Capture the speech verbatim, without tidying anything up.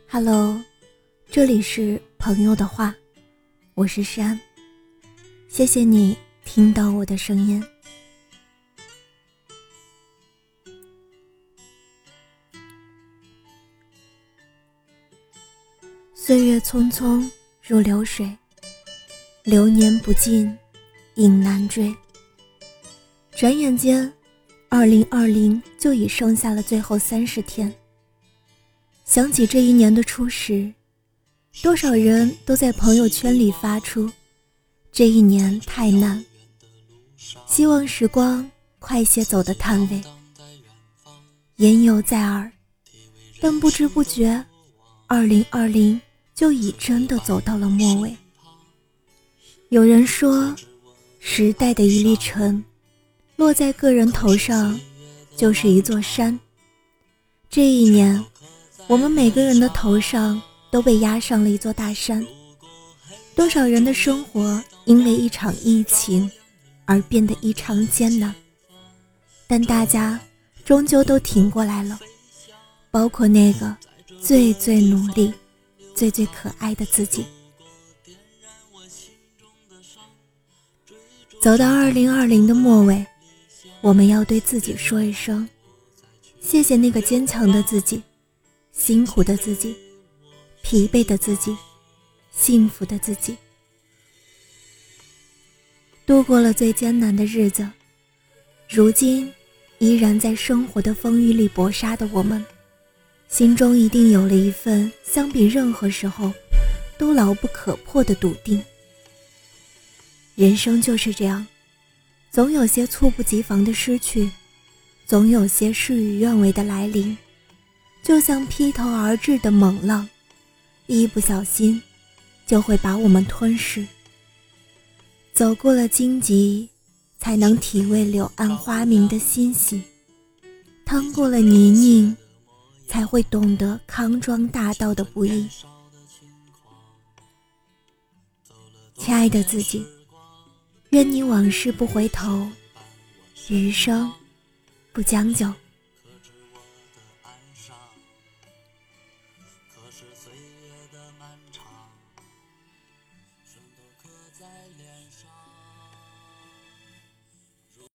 Hello， 这里是朋友的话，我是珊，谢谢你听到我的声音。岁月匆匆如流水，流年不尽，影难追。转眼间二零二零就已剩下了最后三十天。想起这一年的初始，多少人都在朋友圈里发出这一年太难，希望时光快些走的叹味。言犹在耳，但不知不觉二零二零就已真的走到了末尾。有人说，时代的一粒尘落在个人头上就是一座山。这一年我们每个人的头上都被压上了一座大山，多少人的生活因为一场疫情而变得异常艰难，但大家终究都挺过来了，包括那个最最努力最最可爱的自己。走到二零二零的末尾，我们要对自己说一声谢谢，那个坚强的自己，辛苦的自己，疲惫的自己，幸福的自己。度过了最艰难的日子，如今依然在生活的风雨里搏杀的我们，心中一定有了一份相比任何时候都牢不可破的笃定。人生就是这样，总有些猝不及防的失去，总有些事与愿违的来临，就像劈头而至的猛浪，一不小心就会把我们吞噬。走过了荆棘，才能体味柳暗花明的欣喜，趟过了泥泞，才会懂得康庄大道的不易。亲爱的自己，愿你往事不回头，余生不将就。 可是岁月的漫长，全都刻在脸上。